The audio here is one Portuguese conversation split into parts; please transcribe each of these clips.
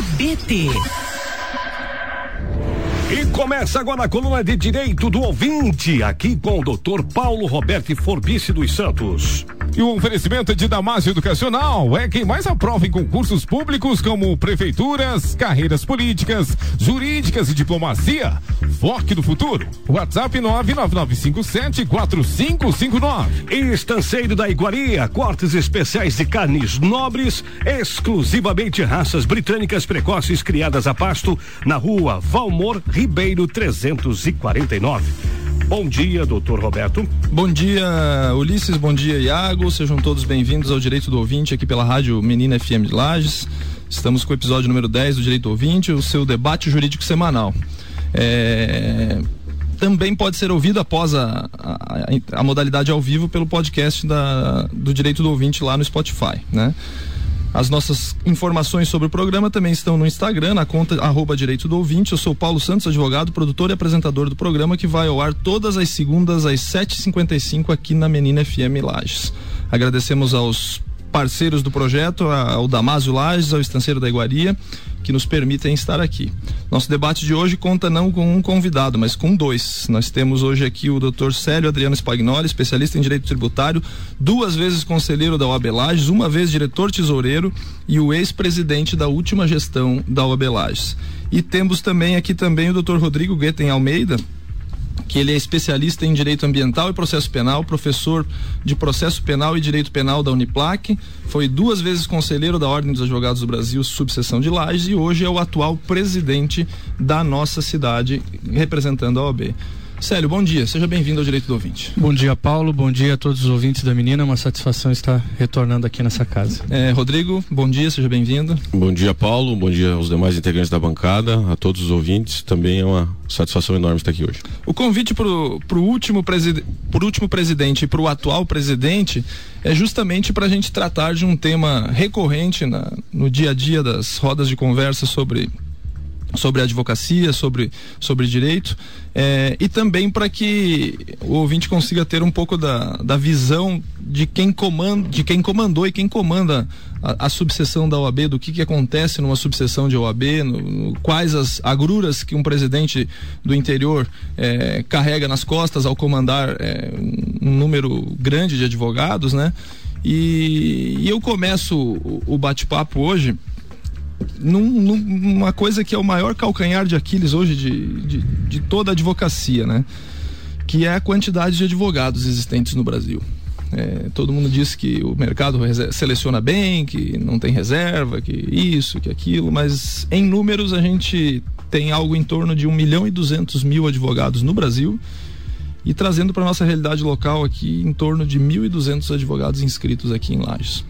BT. E começa agora a coluna de Direito do Ouvinte, aqui com o Dr. Paulo Roberto Forbice dos Santos. E o oferecimento é de Damásio Educacional, é quem mais aprova em concursos públicos como prefeituras, carreiras políticas, jurídicas e diplomacia. Foque no futuro. WhatsApp 999574559. Estanceiro da Iguaria, cortes especiais de carnes nobres, exclusivamente raças britânicas precoces criadas a pasto, na rua Valmor Ribeiro 349. Bom dia, doutor Roberto. Bom dia, Ulisses, bom dia, Iago, sejam todos bem-vindos ao Direito do Ouvinte aqui pela Rádio Menina FM de Lages. Estamos com o episódio número 10 do Direito do Ouvinte, o seu debate jurídico semanal. Também pode ser ouvido após a modalidade ao vivo pelo podcast do Direito do Ouvinte lá no Spotify, né? As nossas informações sobre o programa também estão no Instagram, na conta @Direito do Ouvinte. Eu sou Paulo Santos, advogado, produtor e apresentador do programa, que vai ao ar todas as segundas às 7h55 aqui na Menina FM Lages. Agradecemos aos parceiros do projeto, ao Damásio Lages, ao Estanceiro da Iguaria, que nos permitem estar aqui. Nosso debate de hoje conta não com um convidado, mas com dois. Nós temos hoje aqui o Dr. Célio Adriano Spagnoli, especialista em direito tributário, 2 vezes conselheiro da OAB Lages, 1 vez diretor tesoureiro e o ex-presidente da última gestão da OAB Lages. E temos também aqui o Dr. Rodrigo Guetem Almeida, que ele é especialista em direito ambiental e processo penal, professor de processo penal e direito penal da Uniplac, foi 2 vezes conselheiro da Ordem dos Advogados do Brasil, subseção de Lages, e hoje é o atual presidente da nossa cidade, representando a OAB. Célio, bom dia, seja bem-vindo ao Direito do Ouvinte. Bom dia, Paulo, bom dia a todos os ouvintes da Menina, uma satisfação estar retornando aqui nessa casa. Rodrigo, bom dia, seja bem-vindo. Bom dia, Paulo, bom dia aos demais integrantes da bancada, a todos os ouvintes, também é uma satisfação enorme estar aqui hoje. O convite pro último presidente e pro atual presidente é justamente para a gente tratar de um tema recorrente no dia a dia das rodas de conversa sobre advocacia, sobre direito, e também para que o ouvinte consiga ter um pouco da visão de quem comandou e quem comanda a subseção da OAB, do que acontece numa subseção de OAB, quais as agruras que um presidente do interior carrega nas costas ao comandar um número grande de advogados, né? E eu começo o bate-papo hoje numa coisa que é o maior calcanhar de Aquiles hoje de toda a advocacia, né? Que é a quantidade de advogados existentes no Brasil. Todo mundo diz que o mercado seleciona bem, que não tem reserva, que isso, que aquilo, mas em números a gente tem algo em torno de 1.200.000 advogados no Brasil, e trazendo para nossa realidade local aqui em torno de 1.200 advogados inscritos aqui em Lages.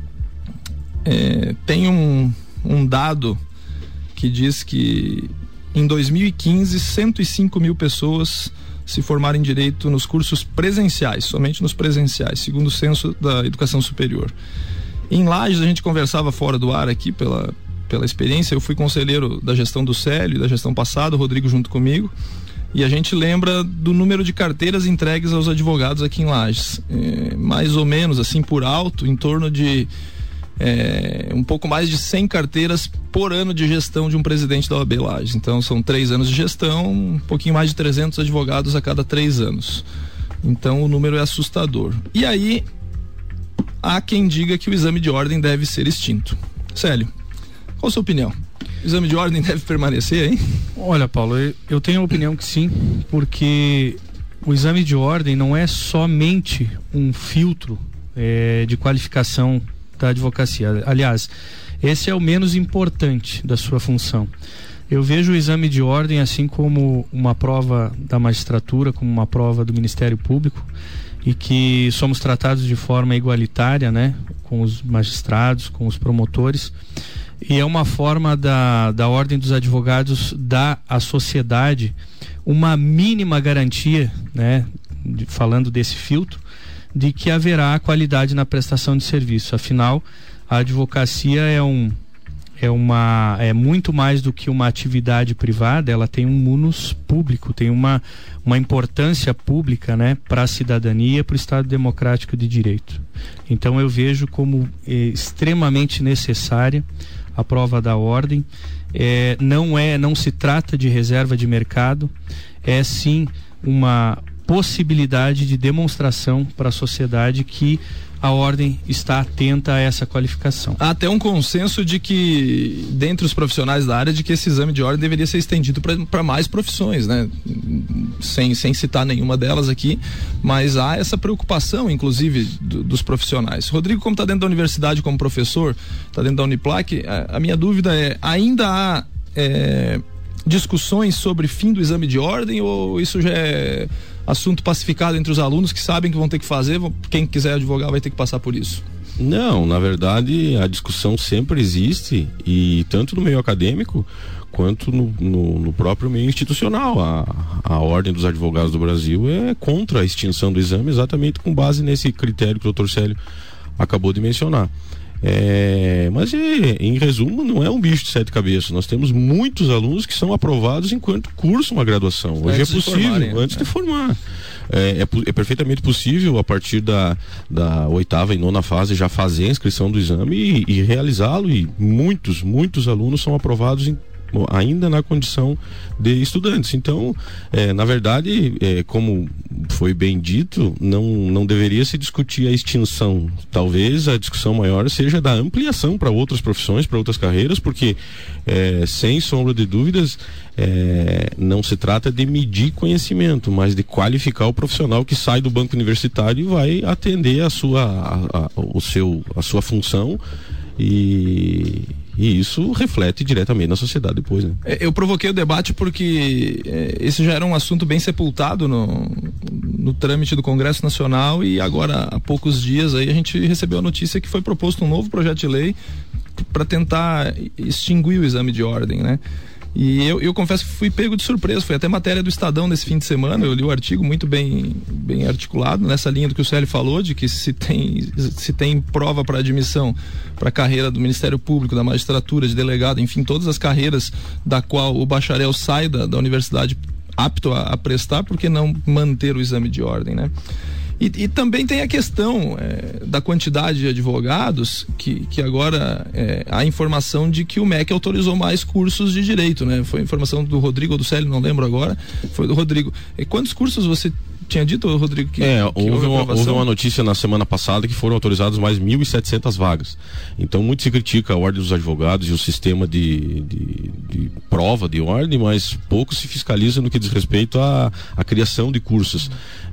Tem um dado que diz que em 2015 105.000 pessoas se formaram em direito nos cursos presenciais, somente nos presenciais, segundo o censo da educação superior. Em Lages, a gente conversava fora do ar aqui pela experiência. Eu fui conselheiro da gestão do Célio e da gestão passada, o Rodrigo junto comigo, e a gente lembra do número de carteiras entregues aos advogados aqui em Lages, mais ou menos assim por alto, em torno de um pouco mais de 100 carteiras por ano de gestão de um presidente da OAB Lages. Então são 3 anos de gestão, um pouquinho mais de 300 advogados a cada 3 anos. Então o número é assustador. E aí há quem diga que o exame de ordem deve ser extinto. Célio, qual a sua opinião? O exame de ordem deve permanecer, hein? Olha, Paulo, eu tenho a opinião que sim, porque o exame de ordem não é somente um filtro de qualificação da advocacia. Aliás, esse é o menos importante da sua função. Eu vejo o exame de ordem assim como uma prova da magistratura, como uma prova do Ministério Público, e que somos tratados de forma igualitária, né, com os magistrados, com os promotores, e é uma forma da Ordem dos Advogados dar à sociedade uma mínima garantia, né, falando desse filtro, de que haverá qualidade na prestação de serviço. Afinal, a advocacia é é muito mais do que uma atividade privada, ela tem um munus público, tem uma importância pública, né, para a cidadania, para o Estado Democrático de Direito. Então eu vejo como extremamente necessária a prova da ordem. Não se trata de reserva de mercado, é sim uma possibilidade de demonstração para a sociedade que a ordem está atenta a essa qualificação. Há até um consenso de que, dentre os profissionais da área, de que esse exame de ordem deveria ser estendido para mais profissões, né? Sem citar nenhuma delas aqui, mas há essa preocupação, inclusive, dos profissionais. Rodrigo, como está dentro da universidade como professor, está dentro da Uniplac, a minha dúvida é, ainda há discussões sobre fim do exame de ordem, ou isso já é assunto pacificado entre os alunos que sabem que vão ter que fazer, quem quiser advogar vai ter que passar por isso? Não, na verdade a discussão sempre existe, e tanto no meio acadêmico quanto no próprio meio institucional. A Ordem dos Advogados do Brasil é contra a extinção do exame, exatamente com base nesse critério que o Dr. Célio acabou de mencionar. Mas em resumo, não é um bicho de 7 cabeças. Nós temos muitos alunos que são aprovados enquanto cursam a graduação. Hoje é possível, antes de formar. É perfeitamente possível, a partir da 8ª e 9ª fase, já fazer a inscrição do exame e realizá-lo, e muitos alunos são aprovados ainda na condição de estudantes. Então, na verdade, como foi bem dito, não deveria se discutir a extinção. Talvez a discussão maior seja da ampliação para outras profissões, para outras carreiras, porque sem sombra de dúvidas, não se trata de medir conhecimento, mas de qualificar o profissional que sai do banco universitário e vai atender a sua função, e isso reflete diretamente na sociedade depois, né? Eu provoquei o debate porque esse já era um assunto bem sepultado no trâmite do Congresso Nacional, e agora há poucos dias aí a gente recebeu a notícia que foi proposto um novo projeto de lei para tentar extinguir o exame de ordem, né? E eu confesso que fui pego de surpresa, foi até matéria do Estadão nesse fim de semana, eu li o artigo muito bem articulado, nessa linha do que o Célio falou, de que se tem prova para admissão para a carreira do Ministério Público, da magistratura, de delegado, enfim, todas as carreiras da qual o bacharel sai da universidade apto a prestar, por que não manter o exame de ordem, né? E também tem a questão da quantidade de advogados, que agora há informação de que o MEC autorizou mais cursos de direito, né? Foi informação do Rodrigo ou do Célio, não lembro agora, foi do Rodrigo. Quantos cursos você tinha dito, Rodrigo, que houve uma notícia na semana passada que foram autorizadas mais 1.700 vagas. Então muito se critica a Ordem dos Advogados e o sistema de prova de ordem, mas pouco se fiscaliza no que diz respeito à criação de cursos.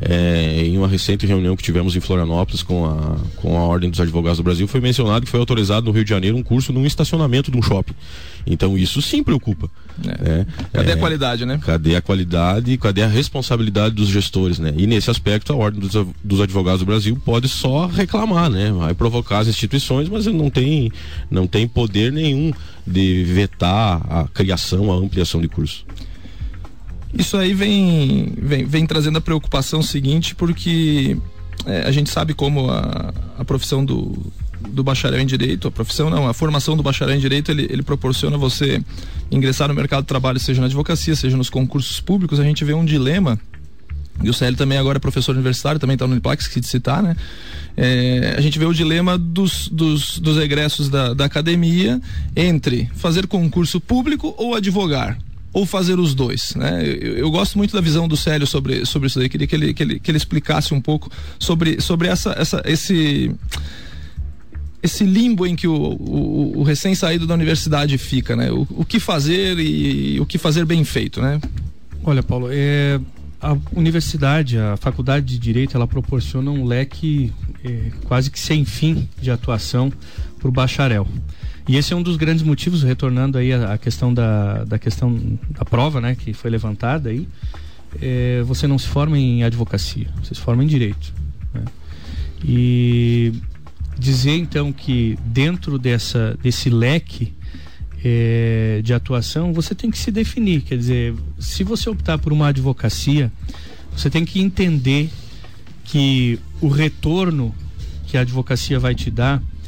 Em uma recente reunião que tivemos em Florianópolis com a Ordem dos Advogados do Brasil, foi mencionado que foi autorizado no Rio de Janeiro um curso num estacionamento de um shopping. Então isso sim preocupa. Cadê a qualidade, né? Cadê a qualidade e cadê a responsabilidade dos gestores, né? E nesse aspecto a Ordem dos Advogados do Brasil pode só reclamar, né? Vai provocar as instituições, mas não tem poder nenhum de vetar a criação, a ampliação de curso. Isso aí vem trazendo a preocupação seguinte, porque a gente sabe como a profissão do bacharel em direito, a formação do bacharel em direito, ele proporciona você ingressar no mercado de trabalho, seja na advocacia, seja nos concursos públicos. A gente vê um dilema, e o Célio também agora é professor universitário, também está no Uniplac, esqueci de citar, né? A gente vê o dilema dos egressos da academia entre fazer concurso público ou advogar, ou fazer os dois, né? Eu gosto muito da visão do Célio sobre isso daí, queria que ele explicasse um pouco sobre esse limbo em que o recém-saído da universidade fica, né? O que fazer e o que fazer bem feito, né? Olha, Paulo, a universidade, a faculdade de Direito, ela proporciona um leque quase que sem fim de atuação para o bacharel. E esse é um dos grandes motivos, retornando aí a questão da questão da prova, né, que foi levantada aí. Você não se forma em advocacia, você se forma em direito, né? E dizer então que dentro desse leque de atuação, você tem que se definir. Quer dizer, se você optar por uma advocacia, você tem que entender que o retorno que a advocacia vai te dar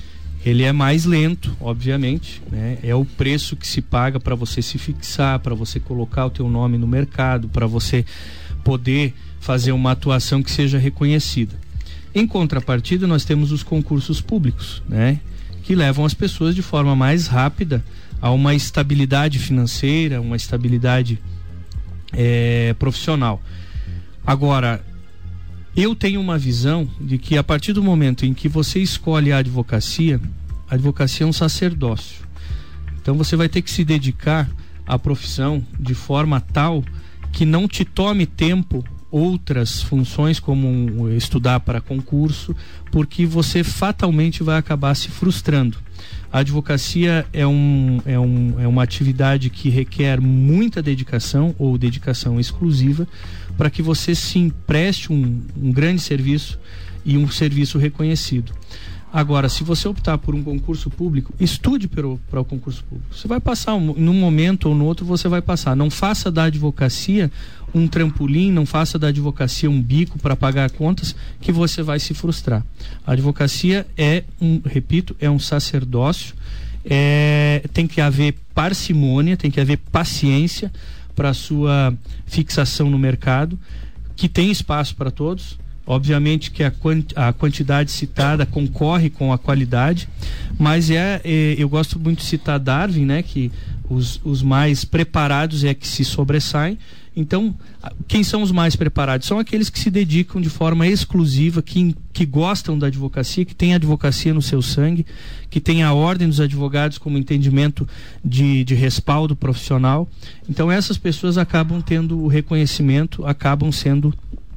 Ele é mais lento, obviamente, né? É o preço que se paga para você se fixar, para você colocar o teu nome no mercado, para você poder fazer uma atuação que seja reconhecida. Em contrapartida, nós temos os concursos públicos, né? Que levam as pessoas de forma mais rápida a uma estabilidade financeira, uma estabilidade profissional. Agora, eu tenho uma visão de que a partir do momento em que você escolhe a advocacia é um sacerdócio. Então você vai ter que se dedicar à profissão de forma tal que não te tome tempo outras funções como estudar para concurso, porque você fatalmente vai acabar se frustrando. A advocacia é uma atividade que requer muita dedicação ou dedicação exclusiva para que você se empreste um grande serviço e um serviço reconhecido. Agora, se você optar por um concurso público, estude para o concurso público. Você vai passar, num momento ou no outro você vai passar. Não faça da advocacia um trampolim, não faça da advocacia um bico para pagar contas, que você vai se frustrar. A advocacia é um sacerdócio, tem que haver parcimônia, tem que haver paciência para a sua fixação no mercado, que tem espaço para todos. Obviamente que a quantidade citada concorre com a qualidade, mas eu gosto muito de citar Darwin, né, que os mais preparados é que se sobressaem. Então, quem são os mais preparados? São aqueles que se dedicam de forma exclusiva, que gostam da advocacia, que têm a advocacia no seu sangue, que têm a ordem dos advogados como entendimento de respaldo profissional. Então, essas pessoas acabam tendo o reconhecimento, acabam sendo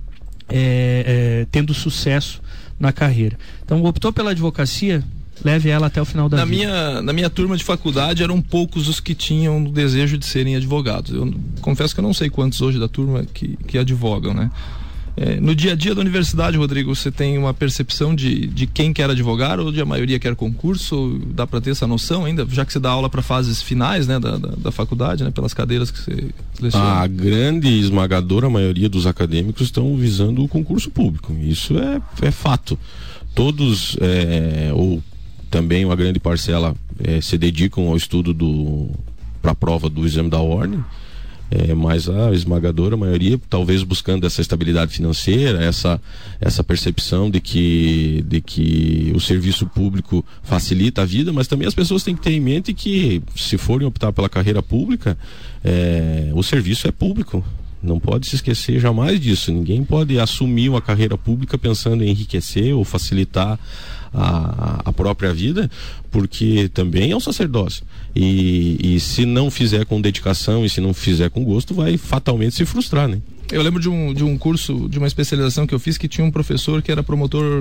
tendo sucesso na carreira. Então, optou pela advocacia, leve ela até o final da vida. Na minha turma de faculdade eram poucos os que tinham o desejo de serem advogados. Eu confesso que eu não sei quantos hoje da turma que advogam, né? No dia a dia da universidade, Rodrigo, você tem uma percepção de quem quer advogar ou de a maioria quer concurso? Dá para ter essa noção ainda, já que você dá aula para fases finais, né, da faculdade, né, pelas cadeiras que você seleciona? A grande esmagadora maioria dos acadêmicos estão visando o concurso público. Isso é fato. Todos, ou também uma grande parcela, se dedicam ao estudo para a prova do exame da ordem. Mas a esmagadora maioria, talvez buscando essa estabilidade financeira, essa percepção de que o serviço público facilita a vida, mas também as pessoas têm que ter em mente que, se forem optar pela carreira pública, o serviço é público. Não pode se esquecer jamais disso. Ninguém pode assumir uma carreira pública pensando em enriquecer ou facilitar a própria vida, porque também é um sacerdócio. E se não fizer com dedicação e se não fizer com gosto, vai fatalmente se frustrar, né? Eu lembro de um curso, de uma especialização que eu fiz, que tinha um professor que era promotor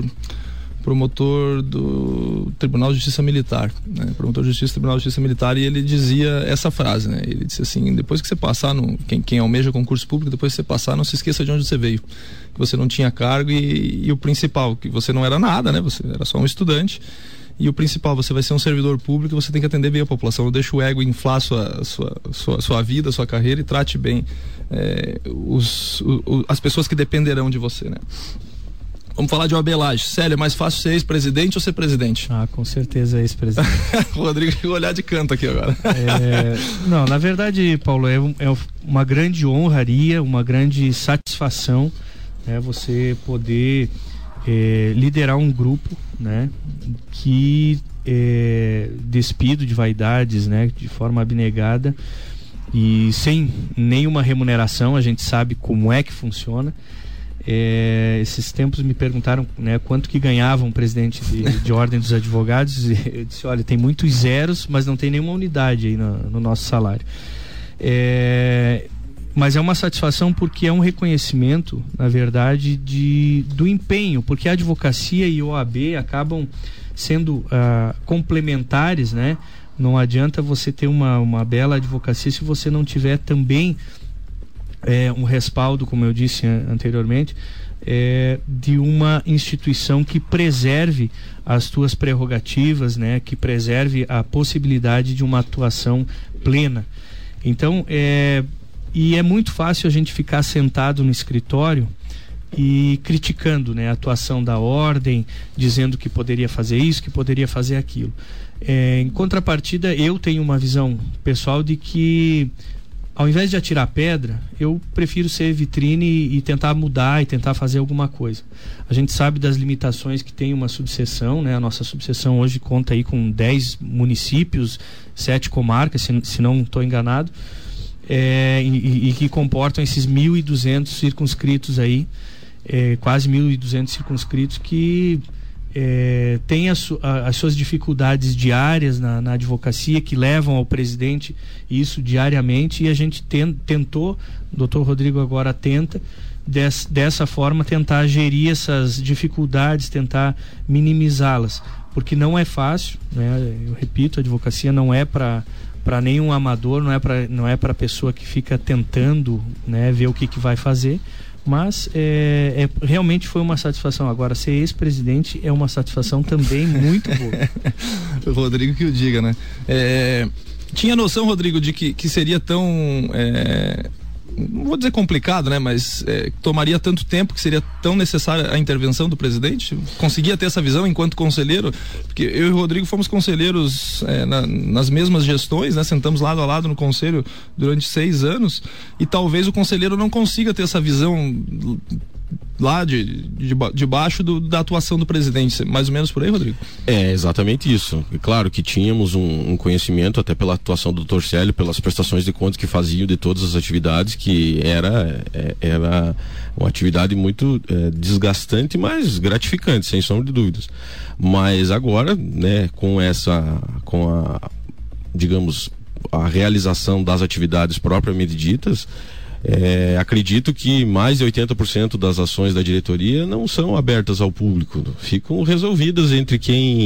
do Tribunal de Justiça Militar, né? Promotor de Justiça do Tribunal de Justiça Militar, e ele dizia essa frase, né? Ele disse assim: depois que você passar quem almeja concurso público, depois que você passar, não se esqueça de onde você veio, que você não tinha cargo e o principal, que você não era nada, né? Você era só um estudante. E o principal, você vai ser um servidor público, você tem que atender bem a população. Não deixe o ego inflar sua vida, sua carreira, e trate bem as pessoas que dependerão de você, né? Vamos falar de OAB Lages. Célia, é mais fácil ser ex-presidente ou ser presidente? Com certeza ex-presidente. O Rodrigo vai olhar de canto aqui agora. Não, na verdade, Paulo, é uma grande honraria, uma grande satisfação, né, você poder liderar um grupo, né, que despido de vaidades, né, de forma abnegada e sem nenhuma remuneração. A gente sabe como é que funciona. Esses tempos me perguntaram, né, quanto que ganhava um presidente de ordem dos advogados, e eu disse: olha, tem muitos zeros, mas não tem nenhuma unidade aí no nosso salário. Mas é uma satisfação, porque é um reconhecimento, na verdade, do empenho, porque a advocacia e o OAB acabam sendo complementares, né? Não adianta você ter uma bela advocacia se você não tiver também um respaldo, como eu disse anteriormente, de uma instituição que preserve as tuas prerrogativas, né? Que preserve a possibilidade de uma atuação plena. Então, e é muito fácil a gente ficar sentado no escritório e criticando, né, a atuação da ordem, dizendo que poderia fazer isso, que poderia fazer aquilo. Em contrapartida, eu tenho uma visão pessoal de que, ao invés de atirar pedra, eu prefiro ser vitrine e tentar mudar e tentar fazer alguma coisa. A gente sabe das limitações que tem uma subseção, né? A nossa subseção hoje conta aí com 10 municípios, 7 comarcas, se não estou enganado, e que comportam esses 1.200 circunscritos aí, quase 1.200 circunscritos que tem as suas dificuldades diárias na advocacia, que levam ao presidente isso diariamente, e a gente tentou, o doutor Rodrigo agora tenta, dessa forma, tentar gerir essas dificuldades, tentar minimizá-las, porque não é fácil, né? Eu repito, a advocacia não é para nenhum amador, não é para pessoa que fica tentando, né, ver o que vai fazer. Mas realmente foi uma satisfação. Agora, ser ex-presidente é uma satisfação também muito boa. O Rodrigo que o diga, né? Tinha noção, Rodrigo, de que seria tão... não vou dizer complicado, né? Mas tomaria tanto tempo, que seria tão necessária a intervenção do presidente? Conseguia ter essa visão enquanto conselheiro? Porque eu e o Rodrigo fomos conselheiros nas mesmas gestões, né? Sentamos lado a lado no conselho durante 6 anos, e talvez o conselheiro não consiga ter essa visão lá debaixo da atuação do presidente. Mais ou menos por aí, Rodrigo? É exatamente isso. Claro que tínhamos um conhecimento, até pela atuação do Dr. Célio, pelas prestações de contas que faziam de todas as atividades, que era uma atividade muito desgastante, mas gratificante, sem sombra de dúvidas. Mas agora, né, digamos, a realização das atividades propriamente ditas, acredito que mais de 80% das ações da diretoria não são abertas ao público, ficam resolvidas entre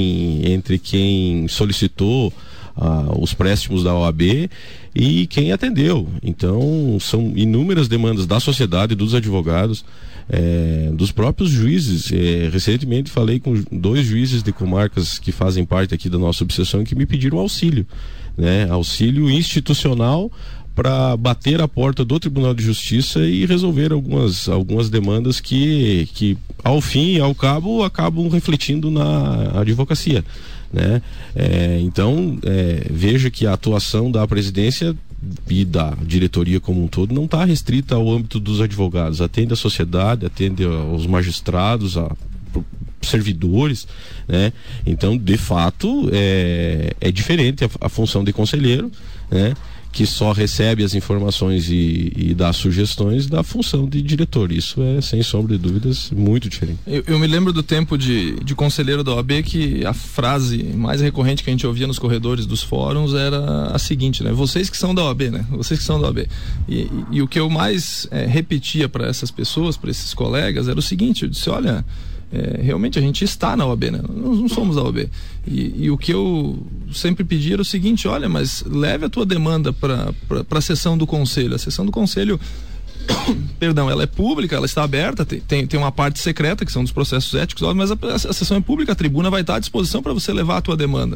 quem solicitou os préstimos da OAB e quem atendeu. Então são inúmeras demandas da sociedade, dos advogados, dos próprios juízes. Recentemente falei com 2 juízes de comarcas que fazem parte aqui da nossa subseção, que me pediram auxílio, né? Auxílio institucional para bater a porta do Tribunal de Justiça e resolver algumas demandas que ao fim e ao cabo acabam refletindo na advocacia, né? Então veja que a atuação da presidência e da diretoria como um todo não está restrita ao âmbito dos advogados, atende a sociedade, atende aos magistrados, a servidores, né? Então, de fato, é diferente a função de conselheiro, né, que só recebe as informações e dá sugestões, da função de diretor. Isso é, sem sombra de dúvidas, muito diferente. Eu me lembro do tempo de conselheiro da OAB, que a frase mais recorrente que a gente ouvia nos corredores dos fóruns era a seguinte, né? Vocês que são da OAB, né? Vocês que são da OAB. E o que eu mais repetia para essas pessoas, para esses colegas, era o seguinte: eu disse, olha, realmente a gente está na OAB, né? Nós não somos da OAB. E o que eu sempre pedi era o seguinte: olha, mas leve a tua demanda para a sessão do conselho. A sessão do conselho, perdão, ela é pública, ela está aberta, tem uma parte secreta, que são dos processos éticos, mas a sessão é pública, a tribuna vai estar à disposição para você levar a tua demanda.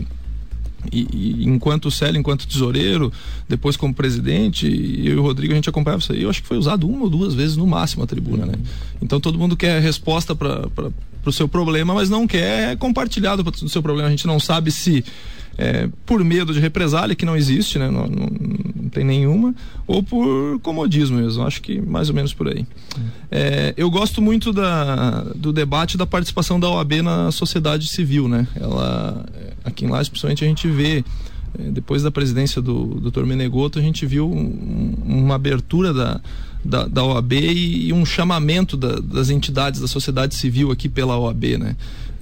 E enquanto Célio, enquanto tesoureiro, depois como presidente, eu e o Rodrigo, a gente acompanhava isso aí. Eu acho que foi usado 1 ou 2 vezes no máximo a tribuna, né? Então todo mundo quer resposta para o seu problema, mas não quer compartilhado do seu problema. A gente não sabe se por medo de represália, que não existe, né? Não tem nenhuma, ou por comodismo mesmo. Acho que mais ou menos por aí. Eu gosto muito do debate da participação da OAB na sociedade civil, né? Ela, aqui em Lages, principalmente, a gente vê, depois da presidência do Dr. Menegotto, a gente viu uma abertura da OAB e um chamamento das entidades da sociedade civil aqui pela OAB, né?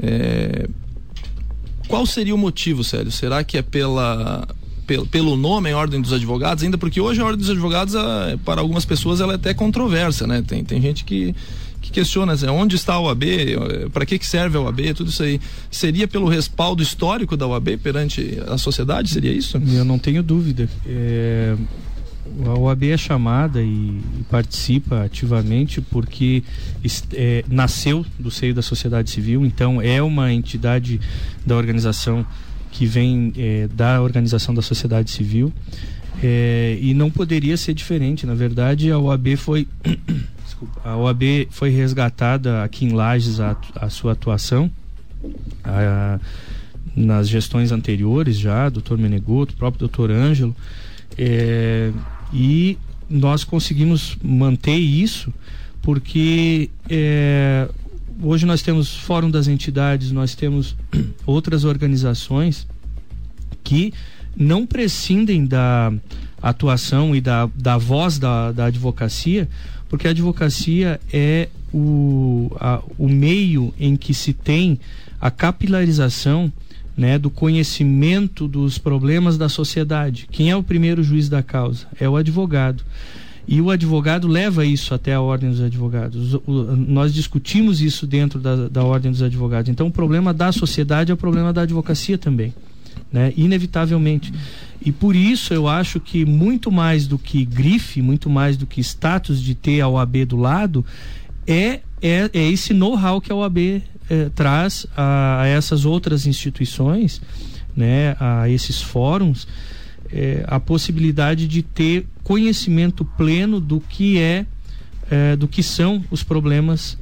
Qual seria o motivo, Célio? Será que é pelo nome, a Ordem dos Advogados? Ainda porque hoje a Ordem dos Advogados, para algumas pessoas, ela é até controversa, né? Tem gente que questiona, onde está a OAB, para que serve a OAB, tudo isso aí. Seria pelo respaldo histórico da OAB perante a sociedade? Seria isso? Eu não tenho dúvida. A OAB é chamada e participa ativamente porque nasceu do seio da sociedade civil, então é uma entidade da organização que vem da organização da sociedade civil, e não poderia ser diferente. Na verdade, a OAB foi a OAB foi resgatada aqui em Lages a sua atuação nas gestões anteriores já, Dr. Menegotto, o próprio Dr. Ângelo, e nós conseguimos manter isso porque hoje nós temos Fórum das Entidades, nós temos outras organizações que não prescindem da atuação e da voz da advocacia, porque a advocacia é o meio em que se tem a capilarização, né, do conhecimento dos problemas da sociedade. Quem é o primeiro juiz da causa? É o advogado. E o advogado leva isso até a Ordem dos Advogados. Nós discutimos isso dentro da Ordem dos Advogados. Então, o problema da sociedade é o problema da advocacia também, né? Inevitavelmente. E por isso eu acho que muito mais do que grife, muito mais do que status de ter a OAB do lado, é esse know-how que a OAB traz a essas outras instituições, né, a esses fóruns, a possibilidade de ter conhecimento pleno do que do que são os problemas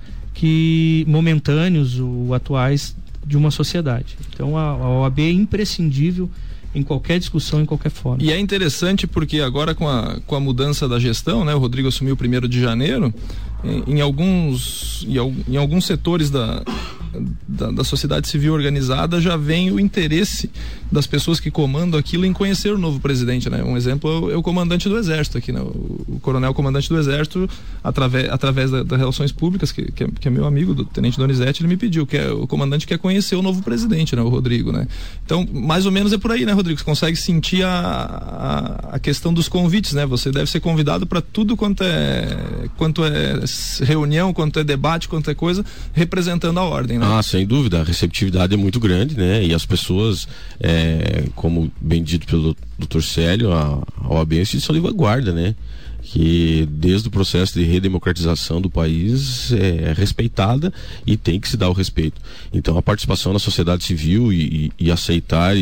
momentâneos ou atuais de uma sociedade. Então a OAB é imprescindível em qualquer discussão, em qualquer forma. E é interessante porque agora com a mudança da gestão, né, o Rodrigo assumiu 1º de janeiro, em alguns setores da sociedade civil organizada já vem o interesse das pessoas que comandam aquilo em conhecer o novo presidente, né? Um exemplo é o comandante do Exército aqui, né? O coronel comandante do Exército, através das relações públicas, que é meu amigo, do Tenente Donizete, ele me pediu, o comandante quer conhecer o novo presidente, né? O Rodrigo, né? Então, mais ou menos é por aí, né, Rodrigo? Você consegue sentir a questão dos convites, né? Você deve ser convidado para tudo quanto é reunião, quanto é debate, quanto é coisa, representando a ordem, né? Ah, sem dúvida, a receptividade é muito grande, né? E as pessoas, como bem dito pelo Dr. Célio, a OAB é uma instituição de vanguarda, né? Que desde o processo de redemocratização do país é respeitada e tem que se dar o respeito. Então a participação na sociedade civil e aceitar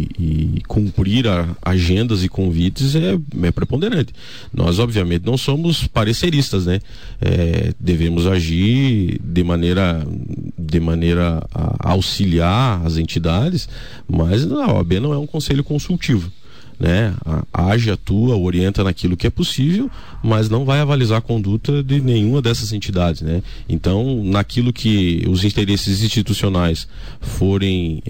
e cumprir agendas e convites é preponderante. Nós obviamente não somos pareceristas, né? Devemos agir de maneira a auxiliar as entidades, mas a OAB não é um conselho consultivo, né? Age, atua, orienta naquilo que é possível, mas não vai avalizar a conduta de nenhuma dessas entidades, né? Então, naquilo que os interesses institucionais forem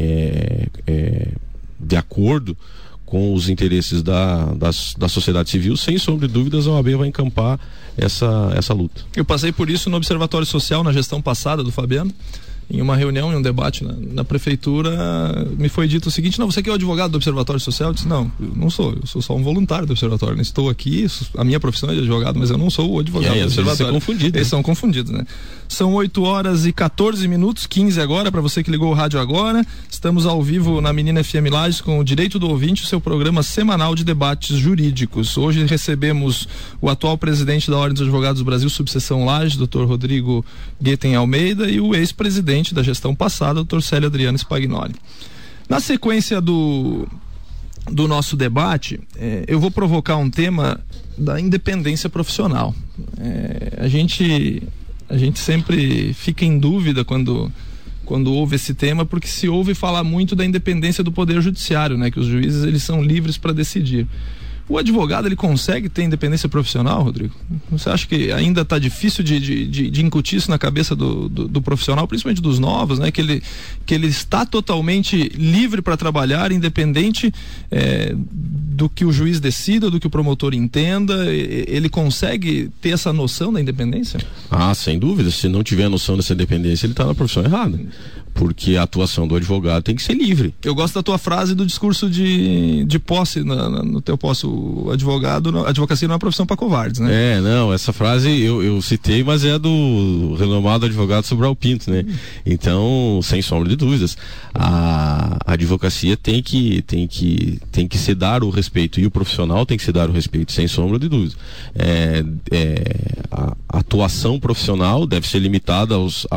de acordo com os interesses da sociedade civil, sem sombra de dúvidas a OAB vai encampar essa luta. Eu passei por isso no Observatório Social na gestão passada do Fabiano. Em uma reunião, em um debate na prefeitura, me foi dito o seguinte: não, você que é o advogado do Observatório Social? Eu disse, não, eu não sou, eu sou só um voluntário do Observatório, né? Estou aqui, a minha profissão é de advogado, mas eu não sou o advogado do Observatório. Eles são confundidos, né? São 8h14, 15 agora, para você que ligou o rádio agora. Estamos ao vivo na Menina FM Lages com o Direito do Ouvinte, o seu programa semanal de debates jurídicos. Hoje recebemos o atual presidente da Ordem dos Advogados do Brasil, subseção Lages, Dr. Rodrigo Guetem Almeida, e o ex-presidente da gestão passada, Dr. Célio Adriano Spagnoli. Na sequência do nosso debate, eu vou provocar um tema da independência profissional. A gente sempre fica em dúvida quando ouve esse tema, porque se ouve falar muito da independência do Poder Judiciário, né? Que os juízes eles são livres para decidir. O advogado, ele consegue ter independência profissional, Rodrigo? Você acha que ainda está difícil de incutir isso na cabeça do profissional, principalmente dos novos, né? Que ele está totalmente livre para trabalhar, independente do que o juiz decida, do que o promotor entenda? Ele consegue ter essa noção da independência? Ah, sem dúvida. Se não tiver a noção dessa independência, ele está na profissão errada. Porque a atuação do advogado tem que ser livre. Eu gosto da tua frase do discurso de posse no teu posse. A advocacia não é uma profissão para covardes, né? Não, essa frase eu citei, mas é do renomado advogado Sobral Pinto, né? Então, sem sombra de dúvidas, a advocacia tem que se dar o respeito, e o profissional tem que se dar o respeito, sem sombra de dúvidas. atuação profissional deve ser limitada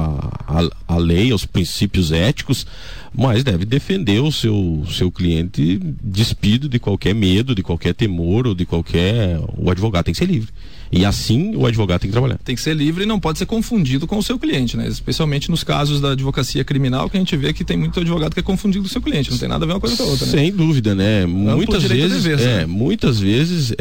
à lei, aos princípios éticos, mas deve defender o seu cliente despido de qualquer medo, de qualquer temor ou de qualquer... O advogado tem que ser livre. E assim o advogado tem que trabalhar. Tem que ser livre e não pode ser confundido com o seu cliente, né? Especialmente nos casos da advocacia criminal, que a gente vê que tem muito advogado que é confundido com o seu cliente. Não tem nada a ver uma coisa com a outra, né? Sem dúvida, né? Muitas vezes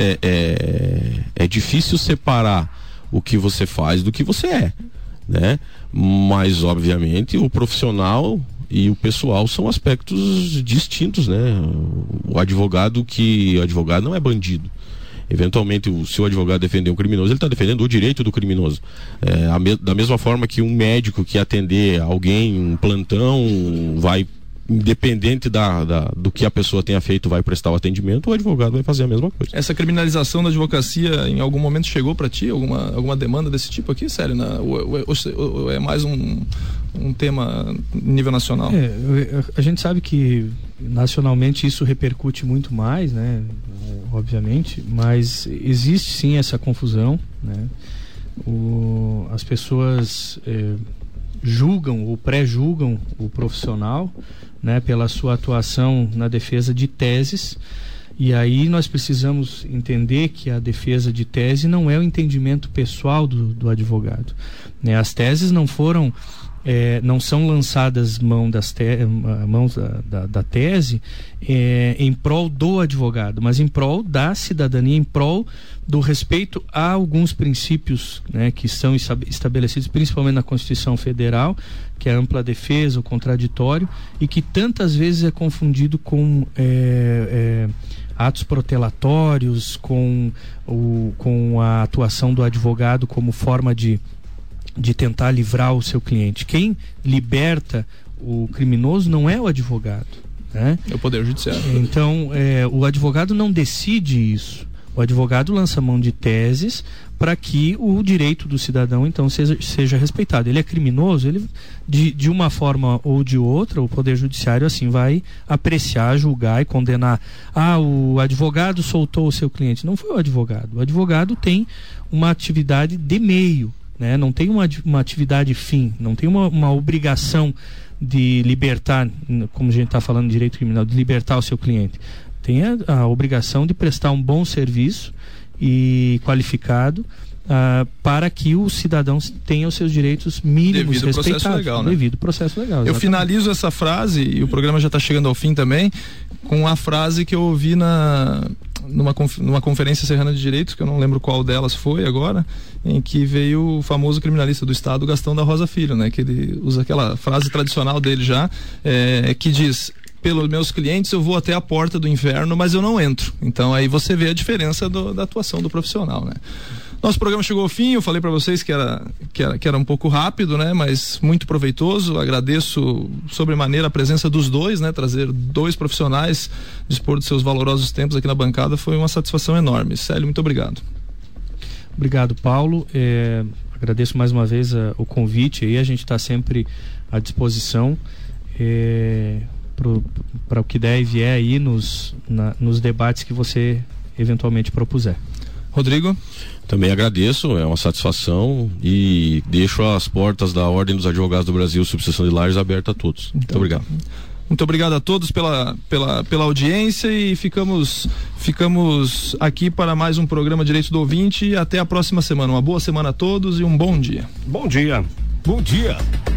é difícil separar o que você faz do que você é, né? Mas, obviamente, o profissional e o pessoal são aspectos distintos, né? O advogado não é bandido. Eventualmente, se o advogado defender um criminoso, ele está defendendo o direito do criminoso. Da mesma forma que um médico que atender alguém, um plantão, vai, independente do que a pessoa tenha feito, vai prestar o atendimento, o advogado vai fazer a mesma coisa. Essa criminalização da advocacia, em algum momento chegou para ti? Alguma demanda desse tipo aqui, sério? Ou é mais um tema nível nacional? A gente sabe que nacionalmente isso repercute muito mais, né? Obviamente, mas existe sim essa confusão, né? As pessoas julgam ou pré-julgam o profissional, né, pela sua atuação na defesa de teses, e aí nós precisamos entender que a defesa de tese não é o entendimento pessoal do advogado, né? As teses não são lançadas mãos da tese em prol do advogado, mas em prol da cidadania, em prol do respeito a alguns princípios, né, que são estabelecidos principalmente na Constituição Federal, que é a ampla defesa, o contraditório, e que tantas vezes é confundido com atos protelatórios, com a atuação do advogado como forma de tentar livrar o seu cliente. Quem liberta o criminoso não é o advogado, né? É o Poder Judiciário. Então, o advogado não decide isso. O advogado lança mão de teses para que o direito do cidadão, então, seja respeitado. Ele é criminoso, ele, de uma forma ou de outra, o Poder Judiciário assim vai apreciar, julgar e condenar. O advogado soltou o seu cliente. Não foi o advogado. O advogado tem uma atividade de meio, né? Não tem uma atividade fim, não tem uma obrigação de libertar, como a gente está falando de direito criminal, de libertar o seu cliente. Tem a obrigação de prestar um bom serviço e qualificado para que o cidadão tenha os seus direitos mínimos devido respeitados. Processo legal, né? Devido processo legal. Eu finalizo essa frase, e o programa já está chegando ao fim também, com a frase que eu ouvi numa conferência serrana de direitos, que eu não lembro qual delas foi agora, em que veio o famoso criminalista do estado, Gastão da Rosa Filho, né? Que ele usa aquela frase tradicional dele já, que diz: pelos meus clientes eu vou até a porta do inferno, mas eu não entro. Então aí você vê a diferença da atuação do profissional, né? Nosso programa chegou ao fim, eu falei para vocês que era um pouco rápido, né? Mas muito proveitoso. Agradeço sobremaneira a presença dos dois, né? Trazer dois profissionais, dispor dos seus valorosos tempos aqui na bancada, foi uma satisfação enorme. Célio, muito obrigado. Obrigado, Paulo. Agradeço mais uma vez o convite aí, a gente está sempre à disposição para o que der e vier aí nos debates que você eventualmente propuser. Rodrigo? Também agradeço, é uma satisfação, e deixo as portas da Ordem dos Advogados do Brasil, subseção de Lages, aberta a todos. Muito obrigado. Muito obrigado a todos pela audiência, e ficamos aqui para mais um programa Direito do Ouvinte, e até a próxima semana. Uma boa semana a todos e um bom dia. Bom dia. Bom dia.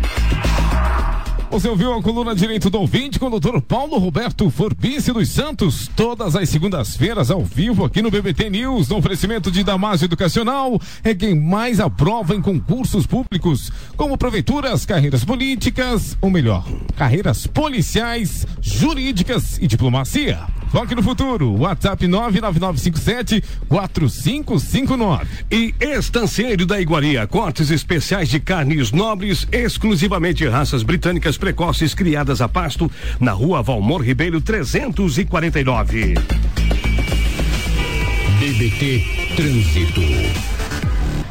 Você ouviu a coluna Direito do Ouvinte com o Dr. Paulo Roberto Forbice dos Santos, todas as segundas-feiras ao vivo aqui no BBT News, no oferecimento de Damásio Educacional, é quem mais aprova em concursos públicos, como prefeituras, carreiras políticas, ou melhor, carreiras policiais, jurídicas e diplomacia. Foque no futuro, WhatsApp 99557-4559. E Estanceiro da Iguaria, cortes especiais de carnes nobres, exclusivamente raças britânicas precoces criadas a pasto, na Rua Valmor Ribeiro 349. BBT Trânsito.